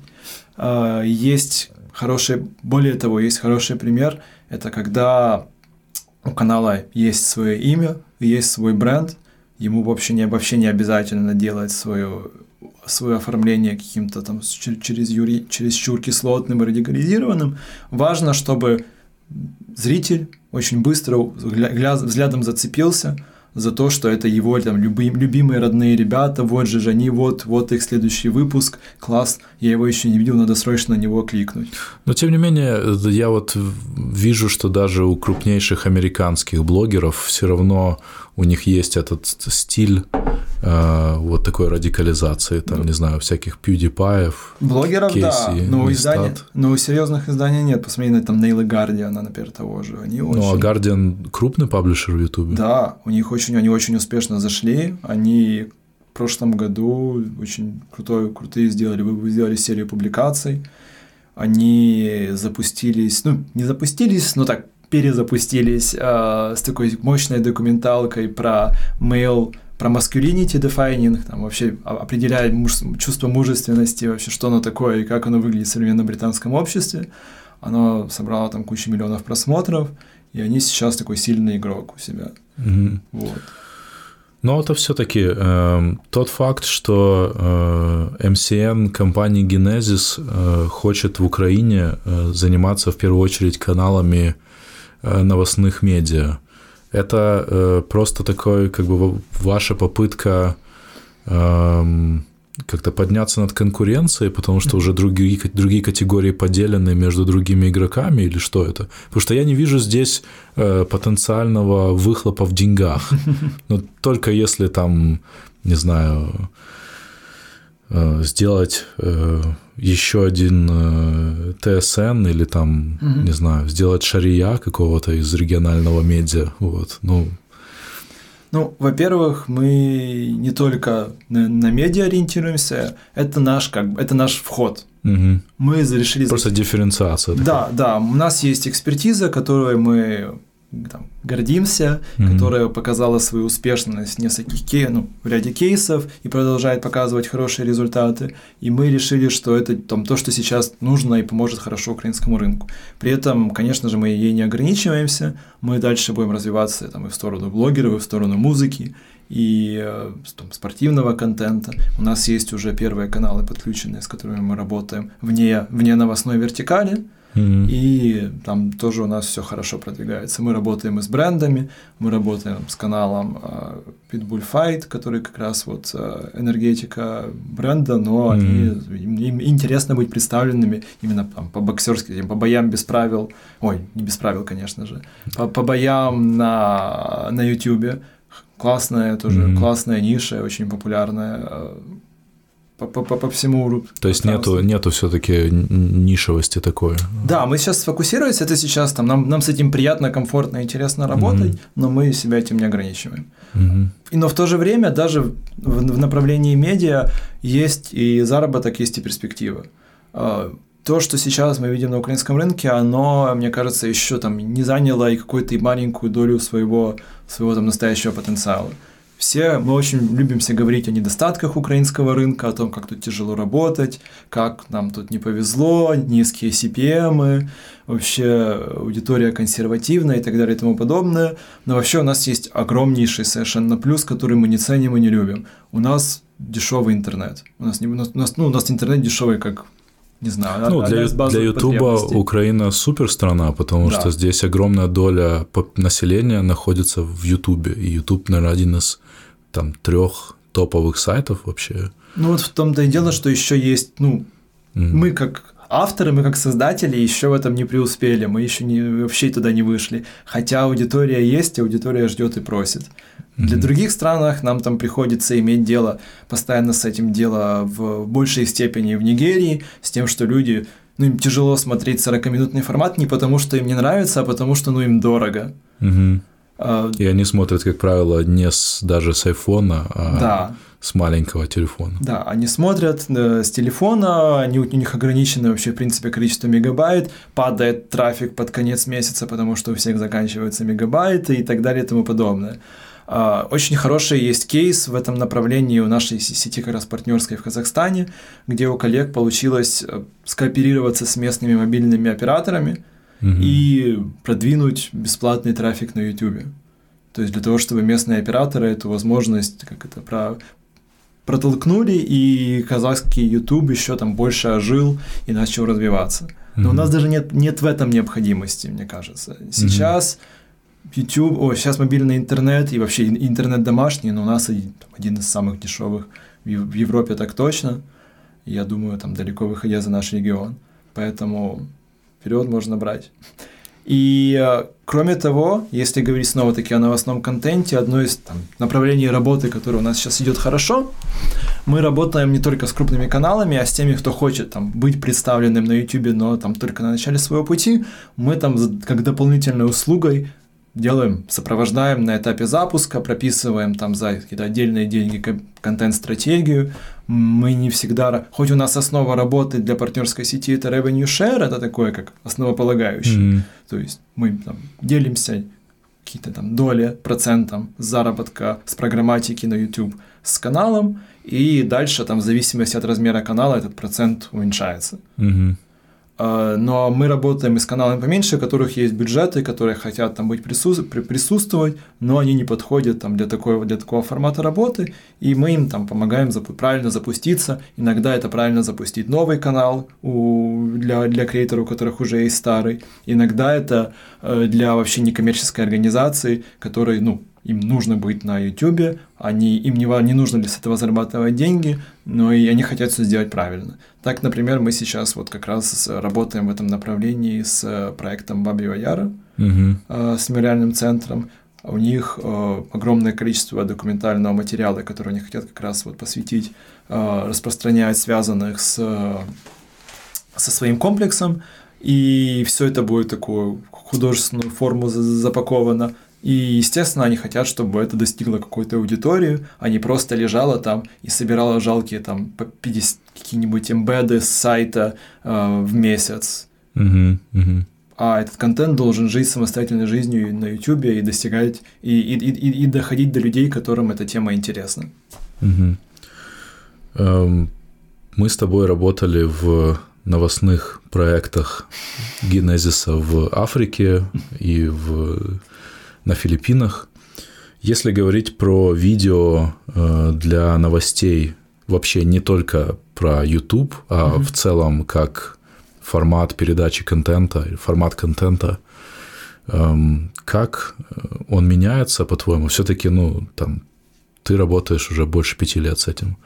S2: Есть более того, есть хороший пример, это когда у канала есть свое имя, есть свой бренд, ему вообще не обязательно делать свое оформление каким-то чересчур кислотным и радикализированным. Важно, чтобы зритель очень быстро взглядом зацепился за то, что это его любимые родные ребята, вот же они, вот их следующий выпуск, класс, я его еще не видел, надо срочно на него кликнуть.
S1: Но тем не менее, я вот вижу, что даже у крупнейших американских блогеров все равно у них есть этот стиль вот такой радикализации, там, не знаю, всяких PewDiePie,
S2: блогеров,
S1: Кейси,
S2: да, но у серьезных изданий нет. Посмотри на там Нейл и Гардиана, например, того же. Они очень...
S1: Ну, а Guardian крупный паблишер в Ютубе?
S2: Да, они очень успешно зашли. Они в прошлом году очень крутые сделали серию публикаций. Они запустились, так, перезапустились с такой мощной документалкой про masculinity defining, там вообще определяет чувство мужественности, вообще что оно такое и как оно выглядит в современном британском обществе. Оно собрало там кучу миллионов просмотров, и они сейчас такой сильный игрок у себя.
S1: Mm-hmm.
S2: Вот.
S1: Но это все-таки тот факт, что MCN компании Genesis хочет в Украине заниматься в первую очередь каналами новостных медиа. Это просто такой, как бы, ваша попытка как-то подняться над конкуренцией, потому что уже другие категории поделены между другими игроками, или что это? Потому что я не вижу здесь потенциального выхлопа в деньгах. Но только если там, не знаю, сделать еще один ТСН или там, не знаю, сделать шария какого-то из регионального медиа. Вот,
S2: Ну, во-первых, мы не только на медиа ориентируемся, это наш вход.
S1: Угу.
S2: Мы решили...
S1: Просто дифференциация.
S2: Да, у нас есть экспертиза, которой мы там гордимся, которая показала свою успешность в ряде кейсов и продолжает показывать хорошие результаты. И мы решили, что это то, что сейчас нужно и поможет хорошо украинскому рынку. При этом, конечно же, мы ей не ограничиваемся, мы дальше будем развиваться там, и в сторону блогеров, и в сторону музыки, и спортивного контента. У нас есть уже первые каналы подключенные, с которыми мы работаем вне новостной вертикали. И там тоже у нас все хорошо продвигается. Мы работаем и с брендами, мы работаем с каналом Pitbull Fight, который как раз вот энергетика бренда, но им интересно быть представленными именно там, по боксерским, по боям без правил. Ой, не без правил, конечно же. По боям на YouTube. Классная тоже, классная ниша, очень популярная. По всему.
S1: То есть нету все-таки нишевости такой.
S2: Да, мы сейчас сфокусируемся, это сейчас там нам с этим приятно, комфортно, интересно работать, но мы себя этим не ограничиваем. Но в то же время даже в направлении медиа есть и заработок, есть и перспектива. То, что сейчас мы видим на украинском рынке, оно, мне кажется, еще там не заняло и какую-то маленькую долю своего там настоящего потенциала. Мы очень любимся говорить о недостатках украинского рынка, о том, как тут тяжело работать, как нам тут не повезло, низкие CPM, вообще аудитория консервативная и так далее и тому подобное. Но вообще у нас есть огромнейший совершенно плюс, который мы не ценим и не любим. У нас дешевый интернет. У нас интернет дешевый, как... Не знаю,
S1: для Ютуба Украина супер страна, потому что здесь огромная доля населения находится в Ютубе, и Ютуб, наверное, один из там 3 топовых сайтов вообще.
S2: Ну вот в том-то и дело, что еще есть, мы как авторы, мы как создатели еще в этом не преуспели, мы еще вообще туда не вышли, хотя аудитория есть, аудитория ждет и просит. Для других стран нам там приходится иметь дело, постоянно с этим дело в большей степени в Нигерии, с тем, что люди, им тяжело смотреть 40-минутный формат не потому, что им не нравится, а потому, что им дорого.
S1: И они смотрят, как правило, не даже с айфона, а с маленького телефона.
S2: Да, они смотрят с телефона, у них ограничено вообще, в принципе, количество мегабайт, падает трафик под конец месяца, потому что у всех заканчиваются мегабайты и так далее и тому подобное. Очень хороший есть кейс в этом направлении у нашей сети как раз партнерской в Казахстане, где у коллег получилось скооперироваться с местными мобильными операторами и продвинуть бесплатный трафик на YouTube. То есть для того, чтобы местные операторы эту возможность протолкнули, и казахский YouTube еще там больше ожил и начал развиваться. Но у нас даже нет в этом необходимости, мне кажется. Сейчас YouTube, сейчас мобильный интернет и вообще интернет домашний, но у нас один из самых дешевых в Европе так точно. Я думаю, там далеко выходя за наш регион. Поэтому вперед можно брать. И кроме того, если говорить снова-таки о новостном контенте, одно из направлений работы, которое у нас сейчас идет хорошо, мы работаем не только с крупными каналами, а с теми, кто хочет быть представленным на YouTube, но только на начале своего пути. Мы как дополнительной услугой сопровождаем на этапе запуска, прописываем за какие-то отдельные деньги контент-стратегию. Мы не всегда, хоть у нас основа работы для партнерской сети это revenue share, это такое как основополагающее. То есть мы делимся какие-то доли, процентом заработка с программатики на YouTube с каналом, и дальше в зависимости от размера канала этот процент уменьшается. Но мы работаем и с каналами поменьше, у которых есть бюджеты, которые хотят присутствовать, но они не подходят для такого формата работы, и мы им помогаем правильно запуститься. Иногда это правильно запустить новый канал для креаторов, у которых уже есть старый. Иногда это для вообще некоммерческой организации, которой им нужно быть на YouTube, им не нужно с этого зарабатывать деньги, но и они хотят все сделать правильно. Так, например, мы сейчас как раз работаем в этом направлении с проектом Бабьего Яра, с мемориальным центром. У них огромное количество документального материала, который они хотят как раз посвятить, распространять, связанных со своим комплексом, и все это будет в такую художественную форму запаковано. И, естественно, они хотят, чтобы это достигло какой-то аудитории, а не просто лежало там и собирало жалкие по 50 какие-нибудь эмбеды с сайта в месяц. А этот контент должен жить самостоятельной жизнью на YouTube и достигать, и доходить до людей, которым эта тема интересна.
S1: Мы с тобой работали в новостных проектах Генезиса в Африке и на Филиппинах. Если говорить про видео для новостей, вообще не только про YouTube, а в целом как формат передачи контента, формат контента, как он меняется, по-твоему? Все-таки, ты работаешь уже больше 5 лет с этим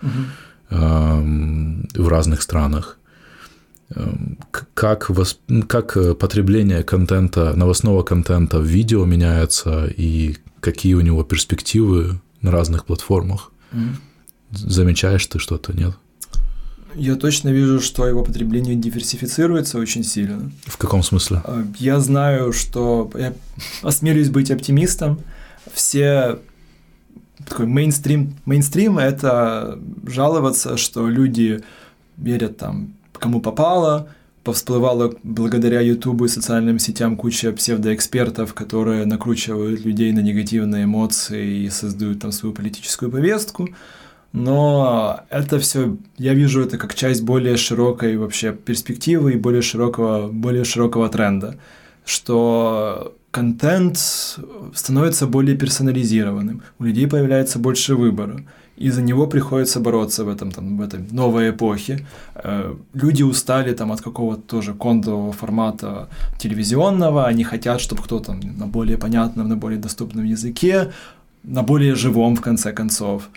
S1: в разных странах. Как потребление контента, новостного контента в видео меняется и какие у него перспективы на разных платформах? Замечаешь ты что-то, нет?
S2: Я точно вижу, что его потребление диверсифицируется очень сильно.
S1: В каком смысле?
S2: Я знаю, что... Я осмелюсь быть оптимистом. Все... Такой мейнстрим – это жаловаться, что люди верят кому попало, повсплывала благодаря Ютубу и социальным сетям куча псевдоэкспертов, которые накручивают людей на негативные эмоции и создают свою политическую повестку. Но это все, я вижу это как часть более широкой вообще перспективы и более широкого тренда, что контент становится более персонализированным, у людей появляется больше выбора. И за него приходится бороться в этой новой эпохе. Люди устали от какого-то тоже кондового формата телевизионного, они хотят, чтобы кто-то на более понятном, на более доступном языке, на более живом, в конце концов.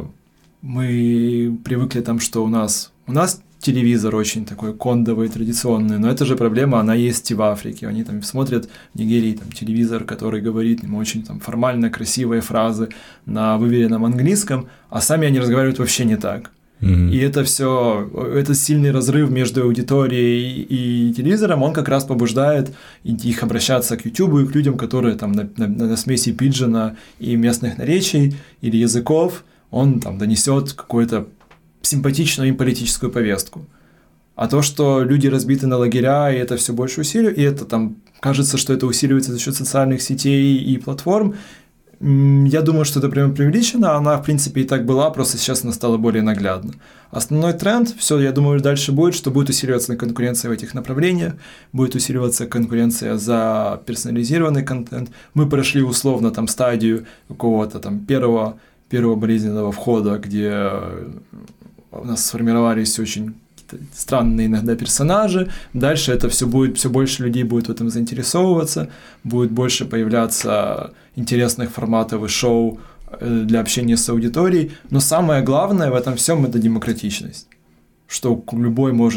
S2: Мы привыкли что у нас телевизор очень такой кондовый, традиционный, но это же проблема, она есть и в Африке. Они смотрят в Нигерии телевизор, который говорит им очень формально красивые фразы на выверенном английском, а сами они разговаривают вообще не так. И это все, этот сильный разрыв между аудиторией и телевизором, он как раз побуждает их обращаться к YouTube и к людям, которые на смеси пиджина и местных наречий или языков, он донесет какую-то симпатичную им политическую повестку. А то, что люди разбиты на лагеря, и это все больше усиливается, и это кажется, что это усиливается за счет социальных сетей и платформ, я думаю, что это прямо преувеличено, она, в принципе, и так была, просто сейчас она стала более наглядна. Основной тренд, я думаю, дальше будет, что будет усиливаться конкуренция в этих направлениях, будет усиливаться конкуренция за персонализированный контент. Мы прошли условно стадию какого-то первого болезненного входа, где у нас сформировались очень странные иногда персонажи. Дальше это все больше людей будет в этом заинтересовываться, будет больше появляться интересных форматов и шоу для общения с аудиторией. Но самое главное в этом всем – это демократичность. Что любой может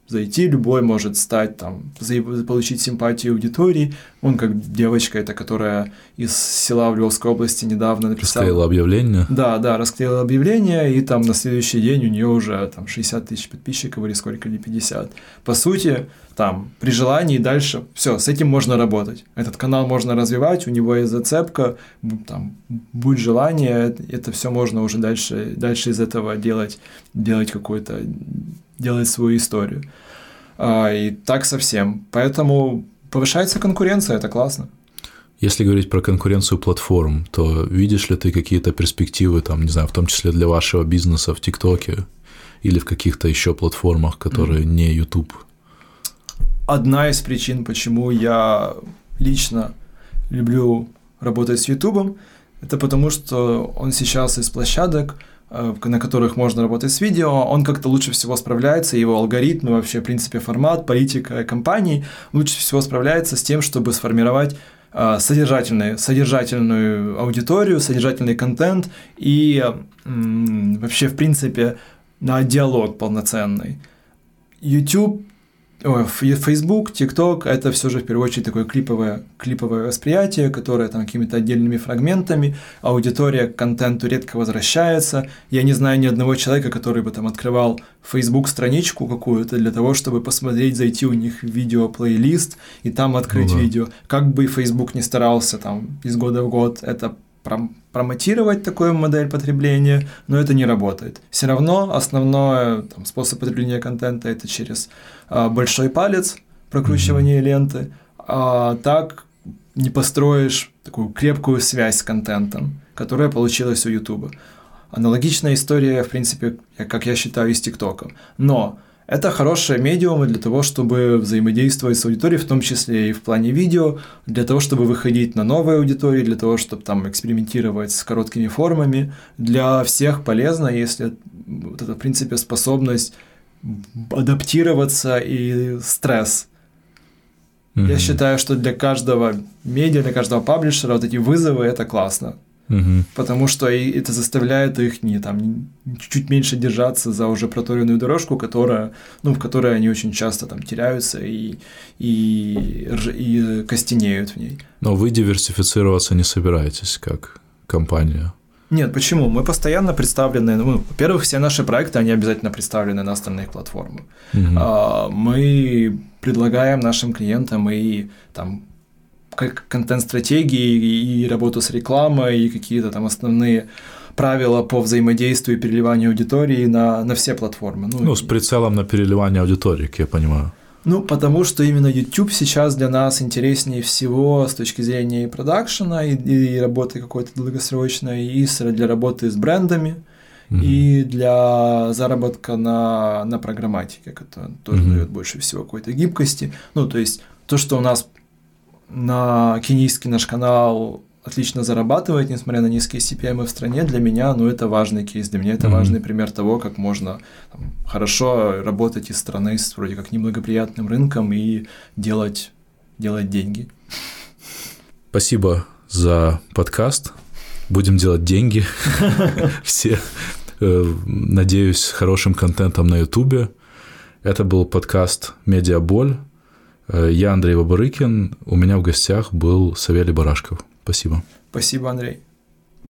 S2: зайти, любой может стать, там, получить симпатию аудитории. Он как девочка, это которая из села в Львовской области недавно написала...
S1: Расклеила объявление.
S2: Да, расклеила объявление, и там на следующий день у нее уже там 60 тысяч подписчиков или сколько, или 50. По сути, там, при желании дальше, все, с этим можно работать. Этот канал можно развивать, у него есть зацепка, там, будет желание, это все можно уже дальше из этого делать какой-то, делать свою историю. И так совсем. Поэтому повышается конкуренция, это классно.
S1: Если говорить про конкуренцию платформ, то видишь ли ты какие-то перспективы, там, не знаю, в том числе для вашего бизнеса в ТикТоке или в каких-то еще платформах, которые не YouTube?
S2: Одна из причин, почему я лично люблю работать с YouTube, это потому, что он сейчас из площадок, на которых можно работать с видео, он как-то лучше всего справляется, его алгоритмы, вообще, в принципе, формат, политика компании лучше всего справляется с тем, чтобы сформировать содержательную аудиторию, содержательный контент и вообще, в принципе, на диалог полноценный. YouTube, Facebook, TikTok – это все же в первую очередь такое клиповое восприятие, которое там какими-то отдельными фрагментами, аудитория к контенту редко возвращается. Я не знаю ни одного человека, который бы там открывал Facebook-страничку какую-то для того, чтобы посмотреть, зайти у них в видео-плейлист и там открыть видео. Как бы Facebook ни старался там из года в год это промотировать такую модель потребления, но это не работает. Все равно основной способ потребления контента – это через большой палец, прокручивание ленты, а так не построишь такую крепкую связь с контентом, которая получилась у YouTube. Аналогичная история, в принципе, как я считаю, и с ТикТоком. Но это хорошие медиумы для того, чтобы взаимодействовать с аудиторией, в том числе и в плане видео, для того, чтобы выходить на новые аудитории, для того, чтобы там экспериментировать с короткими формами. Для всех полезно, если вот эта, в принципе, способность адаптироваться и стресс. Я считаю, что для каждого медиа, для каждого паблишера вот эти вызовы – это классно. Потому что это заставляет их чуть-чуть меньше держаться за уже проторенную дорожку, в которой они очень часто там теряются и костенеют в ней.
S1: Но вы диверсифицироваться не собираетесь как компания?
S2: Нет, почему? Мы постоянно представлены, во-первых, все наши проекты, они обязательно представлены на остальных платформах. Мы предлагаем нашим клиентам и там контент-стратегии, и работу с рекламой, и какие-то там основные правила по взаимодействию и переливанию аудитории на все платформы.
S1: С прицелом на переливание аудитории, как я понимаю.
S2: Потому что именно YouTube сейчас для нас интереснее всего с точки зрения и продакшена, и работы какой-то долгосрочной, и для работы с брендами, и для заработка на программатике, которая тоже дает больше всего какой-то гибкости. То есть то, что у нас на кенийский наш канал отлично зарабатывает, несмотря на низкие CPM в стране, для меня, это важный кейс, для меня это важный пример того, как можно хорошо работать из страны с вроде как неблагоприятным рынком и делать деньги.
S1: Спасибо за подкаст. Будем делать деньги. Все, надеюсь, с хорошим контентом на YouTube. Это был подкаст «Медиаболь». Я Андрей Бабарыкин, у меня в гостях был Савелий Барашков. Спасибо.
S2: Спасибо, Андрей.